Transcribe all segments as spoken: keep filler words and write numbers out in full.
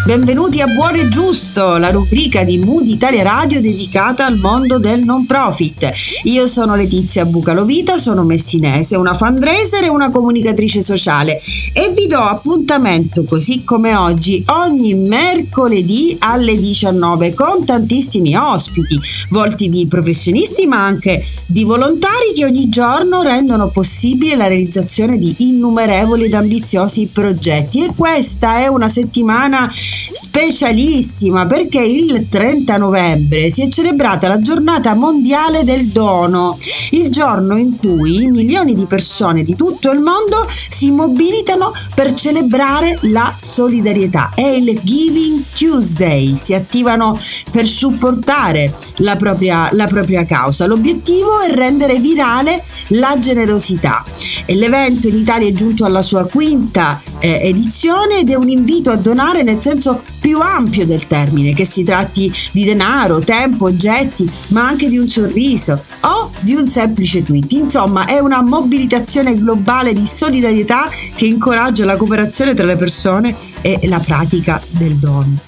Benvenuti a Buono e Giusto, la rubrica di Mood Italia Radio dedicata al mondo del non profit. Io sono Letizia Bucalovita, sono messinese, una fundraiser e una comunicatrice sociale e vi do appuntamento, così come oggi, ogni mercoledì alle diciannove con tantissimi ospiti, volti di professionisti ma anche di volontari che ogni giorno rendono possibile la realizzazione di innumerevoli ed ambiziosi progetti. E questa è una settimana specialissima perché il trenta novembre si è celebrata la giornata mondiale del dono, il giorno in cui milioni di persone di tutto il mondo si mobilitano per celebrare la solidarietà. È il Giving Tuesday, si attivano per supportare la propria, la propria causa. L'obiettivo è rendere virale la generosità e l'evento in Italia è giunto alla sua quinta eh, edizione ed è un invito a donare nel senso più ampio del termine, che si tratti di denaro, tempo, oggetti, ma anche di un sorriso o di un semplice tweet. Insomma, è una mobilitazione globale di solidarietà che incoraggia la cooperazione tra le persone e la pratica del dono.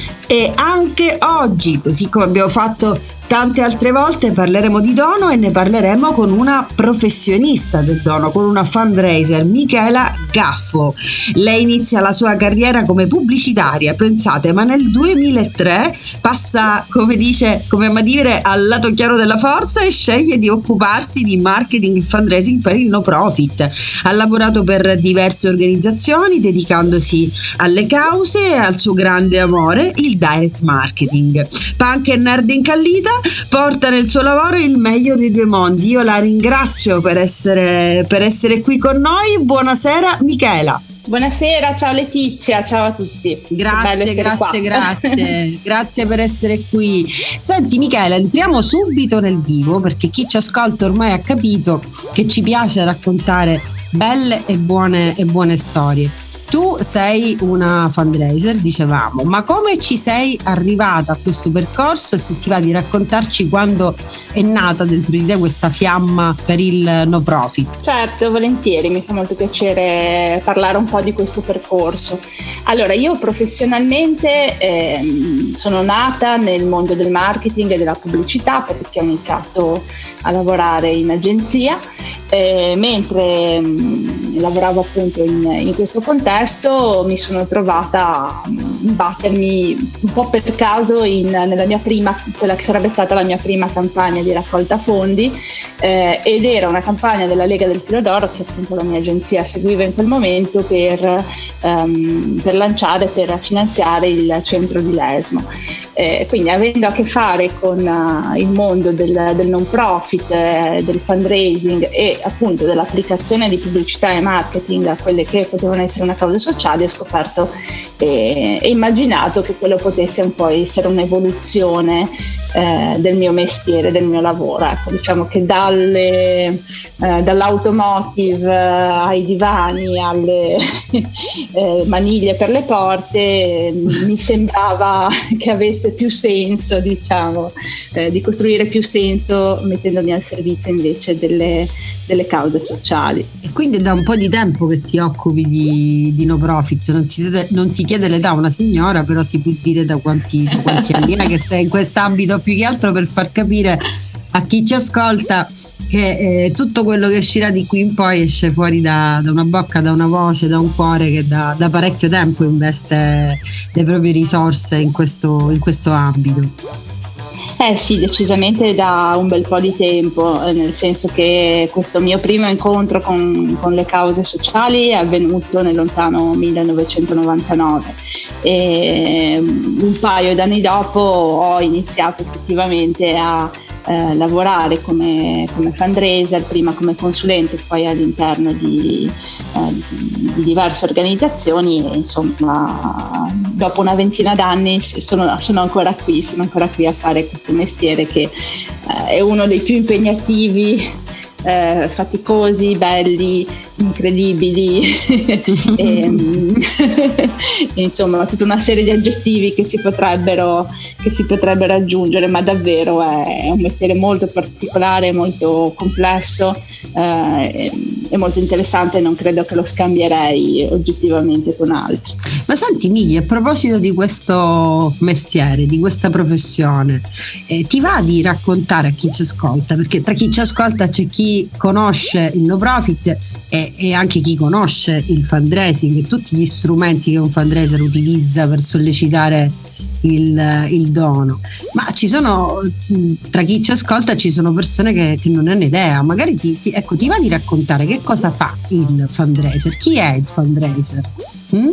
E anche oggi, così come abbiamo fatto tante altre volte, parleremo di dono e ne parleremo con una professionista del dono, con una fundraiser, Michela Gaffo. Lei inizia la sua carriera come pubblicitaria, pensate, ma nel duemilatré passa, come dice, come ama dire, al lato chiaro della forza e sceglie di occuparsi di marketing e fundraising per il no profit. Ha lavorato per diverse organizzazioni dedicandosi alle cause e al suo grande amore, il direct marketing. Punk e nerd incallita, porta nel suo lavoro il meglio dei due mondi. Io la ringrazio per essere, per essere qui con noi. Buonasera Michela. Buonasera, ciao Letizia, ciao a tutti. Grazie, grazie, qua. grazie. Grazie per essere qui. Senti Michela, entriamo subito nel vivo perché chi ci ascolta ormai ha capito che ci piace raccontare belle e buone, e buone storie. Tu sei una fundraiser, dicevamo, ma come ci sei arrivata a questo percorso? Se ti va di raccontarci quando è nata dentro di te questa fiamma per il no profit. Certo, volentieri, mi fa molto piacere parlare un po' di questo percorso. Allora, io professionalmente eh, sono nata nel mondo del marketing e della pubblicità perché ho iniziato a lavorare in agenzia. Eh, mentre mh, lavoravo appunto in, in questo contesto mi sono trovata a imbattermi un po' per caso in, nella mia prima, quella che sarebbe stata la mia prima campagna di raccolta fondi eh, ed era una campagna della Lega del Filo d'Oro che appunto la mia agenzia seguiva in quel momento per, um, per lanciare, per finanziare il centro di Lesmo. Eh, quindi avendo a che fare con uh, il mondo del, del non profit, eh, del fundraising e appunto dell'applicazione di pubblicità e marketing a quelle che potevano essere una causa sociale, ho scoperto e, e immaginato che quello potesse un po' essere un'evoluzione eh, del mio mestiere, del mio lavoro. Ecco, diciamo che dalle, eh, dall'automotive eh, ai divani alle eh, maniglie per le porte eh, mi sembrava che avesse più senso, diciamo, eh, di costruire più senso mettendomi al servizio invece delle, delle cause sociali. E quindi è da un po' di tempo che ti occupi di, di no profit, non si, non si chiede l'età a una signora, però si può dire da quanti, da quanti anni è che stai in quest'ambito, più che altro per far capire a chi ci ascolta che eh, tutto quello che uscirà di qui in poi esce fuori da, da una bocca, da una voce, da un cuore che da, da parecchio tempo investe le proprie risorse in questo, in questo ambito. Eh sì, decisamente da un bel po' di tempo, nel senso che questo mio primo incontro con, con le cause sociali è avvenuto nel lontano millenovecentonovantanove e un paio d'anni dopo ho iniziato effettivamente a eh, lavorare come, come fundraiser, prima come consulente, poi all'interno di, eh, di diverse organizzazioni e insomma dopo una ventina d'anni sono, sono ancora qui, sono ancora qui a fare questo mestiere che eh, è uno dei più impegnativi, eh, faticosi, belli, incredibili e, insomma tutta una serie di aggettivi che si potrebbero che si potrebbero aggiungere, ma davvero è un mestiere molto particolare, molto complesso, eh, è molto interessante e non credo che lo scambierei oggettivamente con altri. Ma senti Miki, a proposito di questo mestiere, di questa professione, eh, ti va di raccontare a chi ci ascolta, perché tra chi ci ascolta c'è chi conosce il no profit e, e anche chi conosce il fundraising e tutti gli strumenti che un fundraiser utilizza per sollecitare il, il dono, ma ci sono, tra chi ci ascolta ci sono persone che, che non hanno idea, magari ti, ti, ecco, ti va di raccontare che cosa fa il fundraiser, chi è il fundraiser? Mm?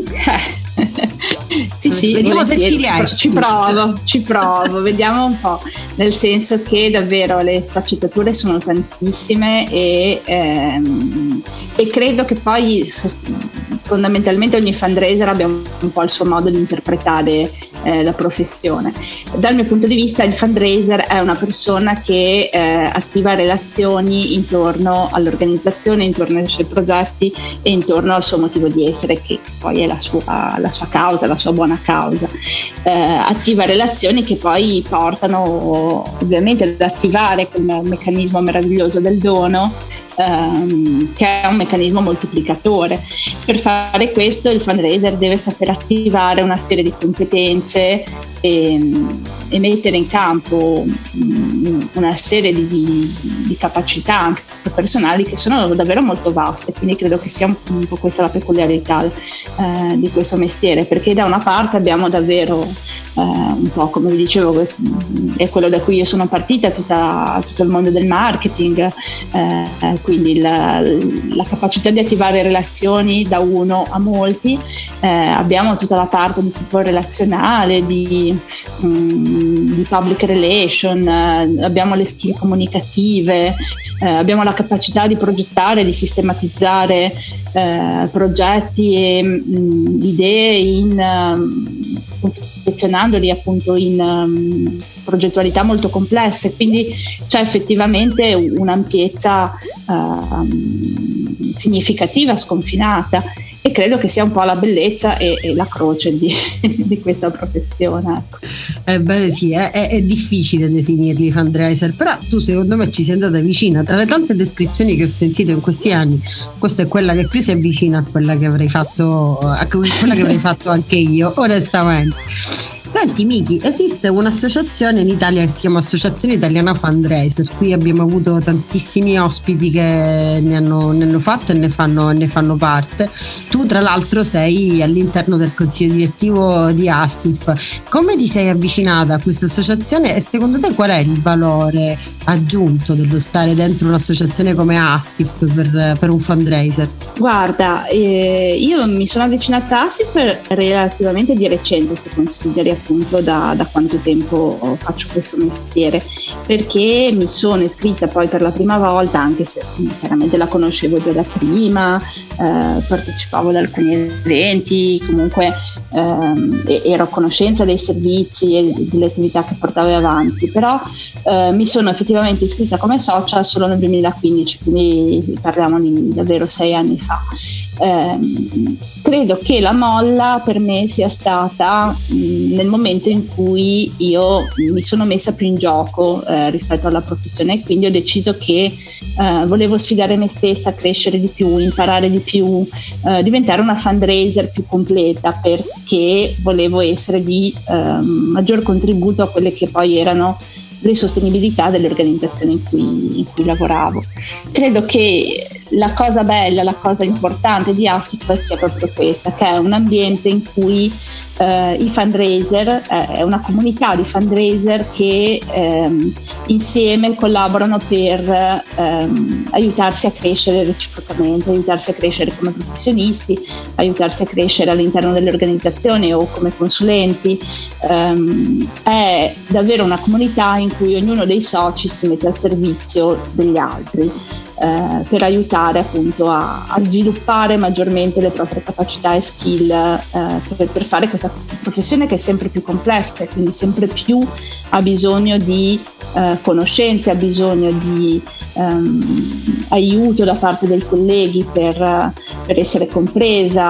Sì, sì, vediamo se ti riesci. Ci provo, ci provo, vediamo un po', nel senso che davvero le sfaccettature sono tantissime e, ehm, e credo che poi fondamentalmente ogni fundraiser abbia un po' il suo modo di interpretare eh, la professione. Dal mio punto di vista il fundraiser è una persona che eh, attiva relazioni intorno all'organizzazione, intorno ai suoi progetti e intorno al suo motivo di essere, che poi è la sua, la sua causa, la sua buona causa. Eh, attiva relazioni che poi portano ovviamente ad attivare quel meccanismo meraviglioso del dono, ehm, che è un meccanismo moltiplicatore. Per fare questo il fundraiser deve saper attivare una serie di competenze e, e mettere in campo una serie di, di, di capacità anche personali che sono davvero molto vaste, quindi credo che sia un, un po' questa la peculiarità eh, di questo mestiere, perché da una parte abbiamo davvero eh, un po' come vi dicevo, è quello da cui io sono partita, tutta, tutto il mondo del marketing, eh, quindi la, la capacità di attivare relazioni da uno a molti, eh, abbiamo tutta la parte di tipo relazionale, di, mh, di public relation, eh, abbiamo le skill comunicative, eh, abbiamo la capacità di progettare, di sistematizzare eh, progetti e mh, idee in uh, confezionandoli appunto in um, progettualità molto complesse, quindi c'è effettivamente un'ampiezza uh, significativa, sconfinata, e credo che sia un po' la bellezza e, e la croce di, di questa professione. Ecco. Eh, beh, sì, è, è, è difficile definirli fundraiser, però tu secondo me ci sei andata vicina. Tra le tante descrizioni che ho sentito in questi anni, questa è quella che più si avvicina a quella che avrei fatto, a quella che avrei fatto anche io, onestamente. Senti Miki, esiste un'associazione in Italia che si chiama Associazione Italiana Fundraiser. Qui abbiamo avuto tantissimi ospiti che ne hanno, ne hanno fatto e ne fanno, ne fanno parte. Tu tra l'altro sei all'interno del consiglio direttivo di Assif. Come ti sei avvicinata a questa associazione e secondo te qual è il valore aggiunto dello stare dentro un'associazione come Assif per, per un fundraiser? Guarda, eh, io mi sono avvicinata a Assif relativamente di recente, se consideri appunto da, da quanto tempo faccio questo mestiere, perché mi sono iscritta poi per la prima volta, anche se chiaramente la conoscevo già da prima, eh, partecipavo ad alcuni eventi, comunque eh, ero a conoscenza dei servizi e delle attività che portavo avanti, però eh, mi sono effettivamente iscritta come socia solo nel duemilaquindici, quindi parliamo di davvero sei anni fa. Eh, credo che la molla per me sia stata mh, nel momento in cui io mi sono messa più in gioco eh, rispetto alla professione, e quindi ho deciso che eh, volevo sfidare me stessa, crescere di più, imparare di più, eh, diventare una fundraiser più completa, perché volevo essere di eh, maggior contributo a quelle che poi erano le sostenibilità delle organizzazioni in cui, in cui lavoravo. Credo che la cosa bella, la cosa importante di Assif sia proprio questa, che è un ambiente in cui eh, i fundraiser, eh, è una comunità di fundraiser che ehm, insieme collaborano per ehm, aiutarsi a crescere reciprocamente, aiutarsi a crescere come professionisti, aiutarsi a crescere all'interno delle organizzazioni o come consulenti. Ehm, è davvero una comunità in cui ognuno dei soci si mette al servizio degli altri, Eh, per aiutare appunto a, a sviluppare maggiormente le proprie capacità e skill eh, per, per fare questa professione che è sempre più complessa e quindi sempre più ha bisogno di eh, conoscenze, ha bisogno di ehm, aiuto da parte dei colleghi per, per essere compresa,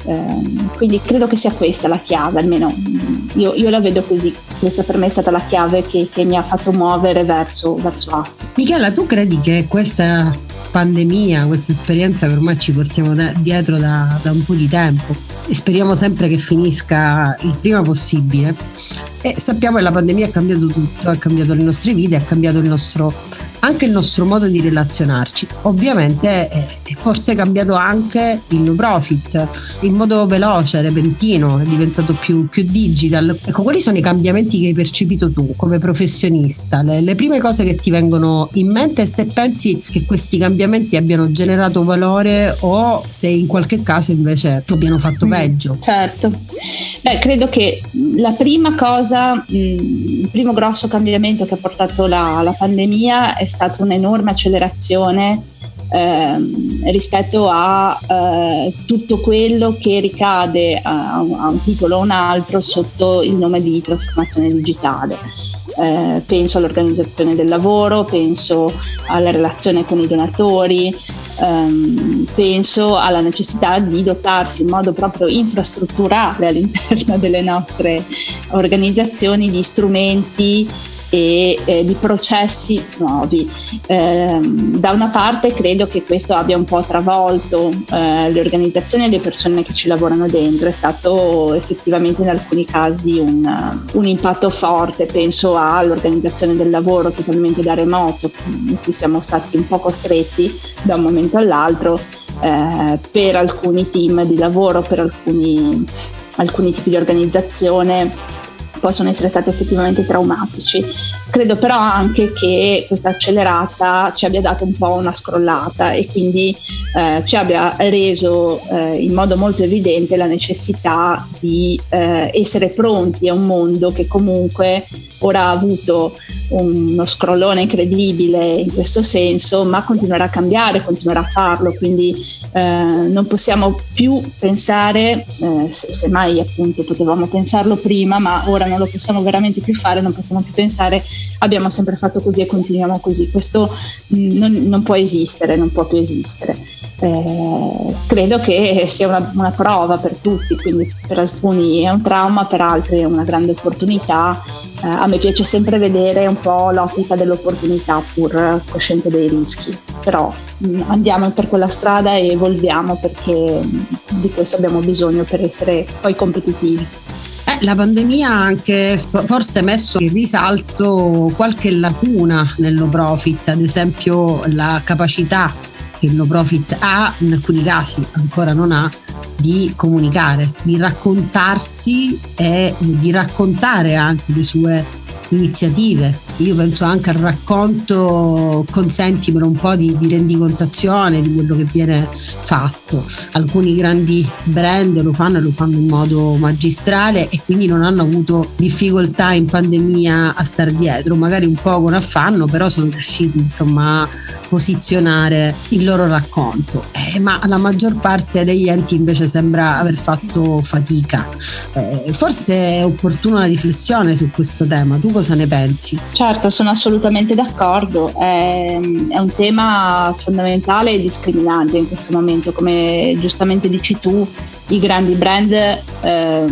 Eh, quindi credo che sia questa la chiave, almeno io, io la vedo così. Questa per me è stata la chiave che, che mi ha fatto muovere verso, verso Assi. Michela, tu credi che questa pandemia, questa esperienza che ormai ci portiamo da, dietro da, da un po' di tempo e speriamo sempre che finisca il prima possibile, e sappiamo che la pandemia ha cambiato tutto, ha cambiato le nostre vite, ha cambiato il nostro, anche il nostro modo di relazionarci. Ovviamente eh, forse è cambiato anche il no profit, in modo veloce, repentino, è diventato più, più digital. Ecco, quali sono i cambiamenti che hai percepito tu come professionista? Le, le prime cose che ti vengono in mente, e se pensi che questi cambiamenti abbiano generato valore o se in qualche caso invece abbiano fatto peggio. Certo, beh, credo che la prima cosa, mh, il primo grosso cambiamento che ha portato la, la pandemia è stata un'enorme accelerazione eh, rispetto a eh, tutto quello che ricade a, a un titolo o un altro sotto il nome di trasformazione digitale. Eh, penso all'organizzazione del lavoro, penso alla relazione con i donatori, ehm, penso alla necessità di dotarsi in modo proprio infrastrutturale all'interno delle nostre organizzazioni di strumenti e eh, di processi nuovi. Eh, da una parte credo che questo abbia un po' travolto eh, le organizzazioni e le persone che ci lavorano dentro, è stato effettivamente in alcuni casi un, un impatto forte, penso all'organizzazione del lavoro totalmente da remoto, in cui siamo stati un po' costretti da un momento all'altro eh, per alcuni team di lavoro, per alcuni, alcuni tipi di organizzazione possono essere stati effettivamente traumatici. Credo però anche che questa accelerata ci abbia dato un po' una scrollata e quindi eh, ci abbia reso eh, in modo molto evidente la necessità di eh, essere pronti a un mondo che comunque ora ha avuto uno scrollone incredibile in questo senso, ma continuerà a cambiare, continuerà a farlo, quindi eh, non possiamo più pensare, eh, se, se mai appunto potevamo pensarlo prima, ma ora non lo possiamo veramente più fare, non possiamo più pensare abbiamo sempre fatto così e continuiamo così. Questo mh, non, non può esistere, non può più esistere. Eh, credo che sia una, una prova per tutti, quindi per alcuni è un trauma, per altri è una grande opportunità. Eh, a me piace sempre vedere un po' l'ottica dell'opportunità pur cosciente dei rischi, però mh, andiamo per quella strada e evolviamo perché mh, di questo abbiamo bisogno per essere poi competitivi. La pandemia ha anche forse messo in risalto qualche lacuna nel no profit, ad esempio la capacità che il no profit ha, in alcuni casi ancora non ha, di comunicare, di raccontarsi e di raccontare anche le sue iniziative. Io penso anche al racconto, consentimelo un po' di, di rendicontazione di quello che viene fatto. Alcuni grandi brand lo fanno e lo fanno in modo magistrale e quindi non hanno avuto difficoltà in pandemia a star dietro, magari un po' con affanno, però sono riusciti insomma a posizionare il loro racconto, eh, ma la maggior parte degli enti invece sembra aver fatto fatica. Eh, forse è opportuna una riflessione su questo tema, tu cosa ne pensi? Certo, sono assolutamente d'accordo, è, è un tema fondamentale e discriminante in questo momento, come giustamente dici tu, i grandi brand eh,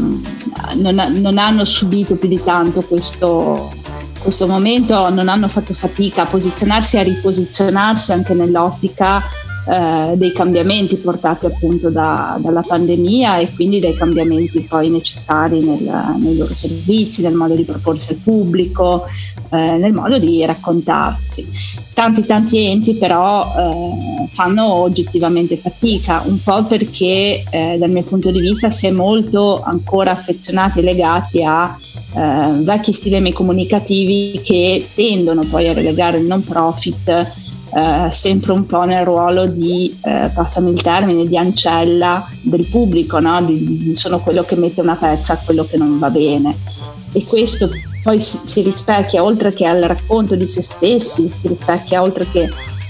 non, non hanno subito più di tanto questo, questo momento, non hanno fatto fatica a posizionarsi e a riposizionarsi anche nell'ottica Eh, dei cambiamenti portati appunto da, dalla pandemia e quindi dei cambiamenti poi necessari nel, nei loro servizi, nel modo di proporsi al pubblico, eh, nel modo di raccontarsi. Tanti tanti enti però eh, fanno oggettivamente fatica, un po' perché eh, dal mio punto di vista si è molto ancora affezionati e legati a eh, vecchi stilemi comunicativi che tendono poi a relegare il non profit Uh, sempre un po' nel ruolo di, uh, passami il termine, di ancella del pubblico, no? di, di, sono quello che mette una pezza a quello che non va bene, e questo poi si, si rispecchia oltre che al racconto di se stessi, si rispecchia oltre che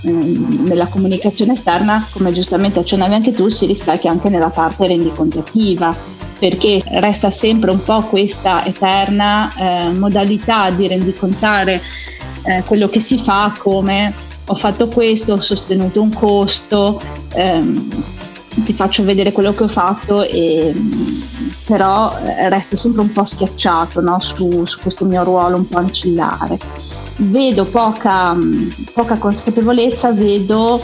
um, nella comunicazione esterna, come giustamente accennavi anche tu, si rispecchia anche nella parte rendicontativa, perché resta sempre un po' questa eterna uh, modalità di rendicontare uh, quello che si fa come ho fatto questo, ho sostenuto un costo, ehm, ti faccio vedere quello che ho fatto, e però resto sempre un po' schiacciato, no? su, su questo mio ruolo un po' ancillare. Vedo poca, poca consapevolezza, vedo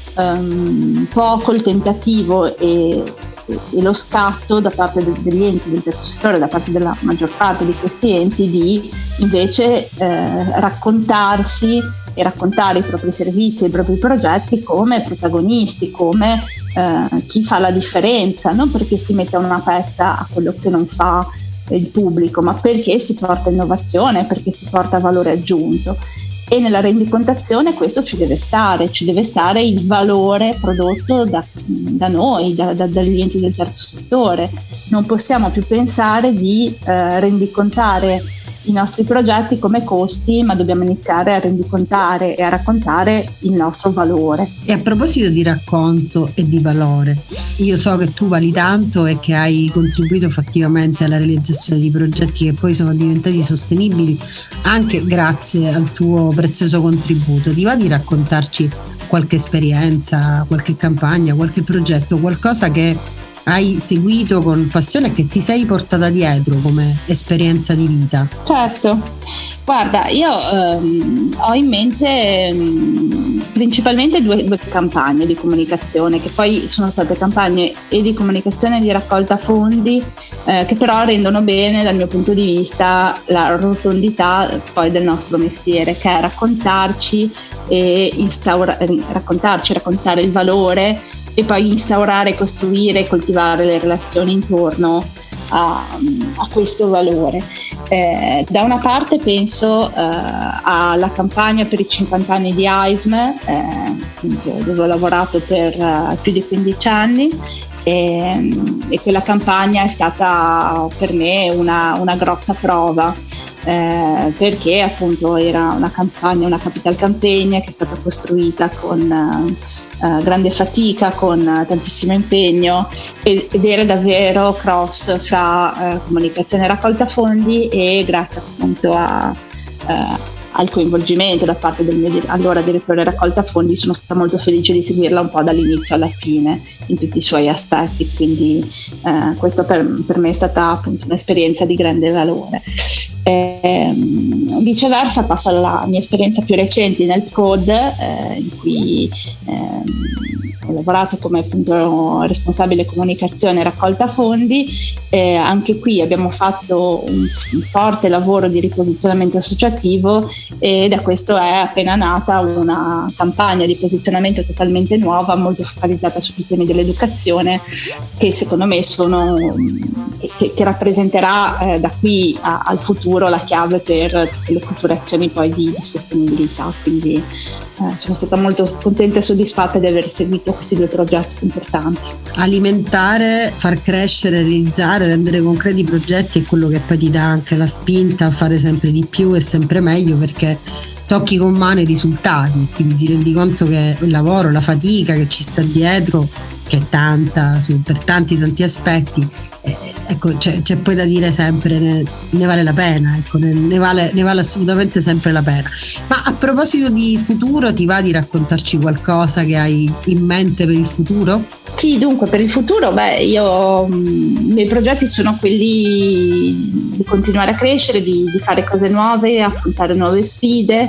um, poco il tentativo e, e lo scatto da parte degli enti del terzo settore, da parte della maggior parte di questi enti, di invece eh, raccontarsi e raccontare i propri servizi e i propri progetti come protagonisti, come eh, chi fa la differenza, non perché si metta una pezza a quello che non fa il pubblico, ma perché si porta innovazione, perché si porta valore aggiunto. E nella rendicontazione questo ci deve stare, ci deve stare il valore prodotto da, da noi, da, da, dagli enti del terzo settore. Non possiamo più pensare di eh, rendicontare i nostri progetti come costi, ma dobbiamo iniziare a rendicontare e a raccontare il nostro valore. E a proposito di racconto e di valore, io so che tu vali tanto e che hai contribuito fattivamente alla realizzazione di progetti che poi sono diventati sostenibili anche grazie al tuo prezioso contributo. Ti va di raccontarci qualche esperienza, qualche campagna, qualche progetto, qualcosa che hai seguito con passione e che ti sei portata dietro come esperienza di vita? Certo, guarda, io ehm, ho in mente ehm, principalmente due, due campagne di comunicazione, che poi sono state campagne e di comunicazione e di raccolta fondi, eh, che però rendono bene dal mio punto di vista la rotondità poi del nostro mestiere, che è raccontarci e instaura- raccontarci, raccontare il valore e poi instaurare, costruire, coltivare le relazioni intorno a, a questo valore. Eh, da una parte penso eh, alla campagna per i cinquanta anni di A I S M, eh, dove ho lavorato per uh, più di quindici anni, e, e quella campagna è stata per me una, una grossa prova, eh, perché appunto era una campagna, una capital campaign che è stata costruita con uh, uh, grande fatica, con uh, tantissimo impegno, ed, ed era davvero cross fra uh, comunicazione e raccolta fondi, e grazie appunto a uh, al coinvolgimento da parte del mio allora direttore raccolta fondi sono stata molto felice di seguirla un po' dall'inizio alla fine in tutti i suoi aspetti, quindi eh, questo per, per me è stata appunto un'esperienza di grande valore. Eh, viceversa passo alla mia esperienza più recente nel Code, eh, in cui eh, ho lavorato come appunto responsabile comunicazione e raccolta fondi. Eh, anche qui abbiamo fatto un, un forte lavoro di riposizionamento associativo, e da questo è appena nata una campagna di posizionamento totalmente nuova, molto focalizzata sui temi dell'educazione, che secondo me sono che, che rappresenterà eh, da qui a, al futuro la chiave per le future azioni poi di, di sostenibilità. Quindi eh, sono stata molto contenta e soddisfatta di aver seguito questi due progetti importanti. Alimentare, far crescere, realizzare, rendere concreti i progetti è quello che poi ti dà anche la spinta a fare sempre di più e sempre meglio, perché tocchi con mano i risultati, quindi ti rendi conto che il lavoro, la fatica che ci sta dietro, che è tanta su, per tanti tanti aspetti, eh, ecco, c'è, c'è poi da dire sempre ne, ne vale la pena, ecco, ne, ne, vale, ne vale assolutamente sempre la pena. Ma a proposito di futuro, ti va di raccontarci qualcosa che hai in mente per il futuro? Sì, dunque per il futuro, beh, io i miei progetti sono quelli di continuare a crescere, di, di fare cose nuove, affrontare nuove sfide,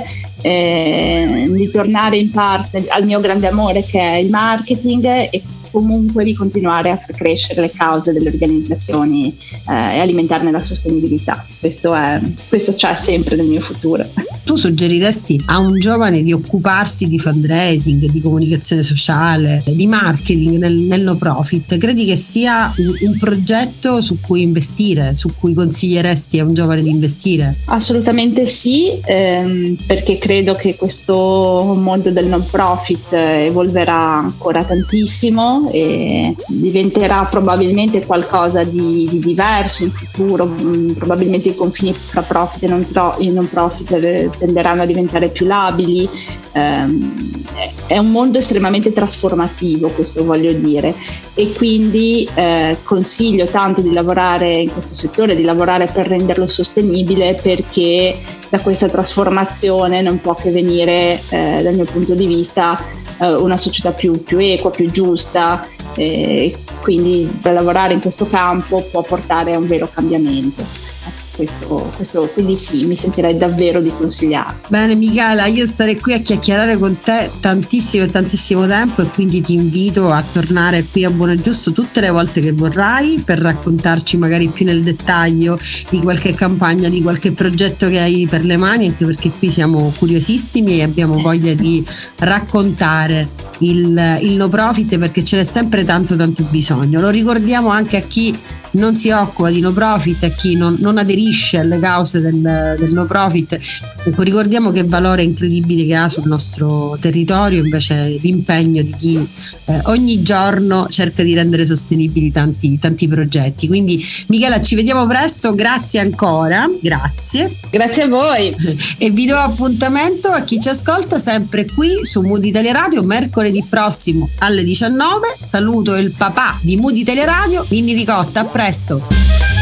eh, di tornare in parte al mio grande amore che è il marketing, e comunque di continuare a far crescere le cause delle organizzazioni eh, e alimentarne la sostenibilità. Questo è, questo c'è sempre nel mio futuro. Tu suggeriresti a un giovane di occuparsi di fundraising, di comunicazione sociale, di marketing nel, nel no profit? Credi che sia un, un progetto su cui investire, su cui consiglieresti a un giovane di investire? Assolutamente sì, ehm, perché credo che questo mondo del non profit evolverà ancora tantissimo e diventerà probabilmente qualcosa di, di diverso in futuro. Probabilmente i confini fra profit e non, pro, e non profit tenderanno a diventare più labili. Um, è un mondo estremamente trasformativo, questo voglio dire, e quindi eh, consiglio tanto di lavorare in questo settore, di lavorare per renderlo sostenibile, perché da questa trasformazione non può che venire eh, dal mio punto di vista eh, una società più, più equa, più giusta, e quindi lavorare in questo campo può portare a un vero cambiamento. Questo, questo, quindi sì, mi sentirei davvero di consigliare. Bene Michela, io starei qui a chiacchierare con te tantissimo e tantissimo tempo, e quindi ti invito a tornare qui a Buono e Giusto tutte le volte che vorrai per raccontarci magari più nel dettaglio di qualche campagna, di qualche progetto che hai per le mani, anche perché qui siamo curiosissimi e abbiamo voglia di raccontare il, il no profit, perché ce n'è sempre tanto tanto bisogno. Lo ricordiamo anche a chi non si occupa di no profit, a chi non, non aderisce alle cause del, del no profit. Ricordiamo che valore incredibile che ha sul nostro territorio invece l'impegno di chi eh, ogni giorno cerca di rendere sostenibili tanti, tanti progetti. Quindi Michela, ci vediamo presto, grazie ancora, grazie. Grazie a voi. E vi do appuntamento a chi ci ascolta sempre qui su Mood Italia Radio mercoledì prossimo alle diciannove. Saluto il papà di Mood Italia Radio, Ninni Ricotta, a presto.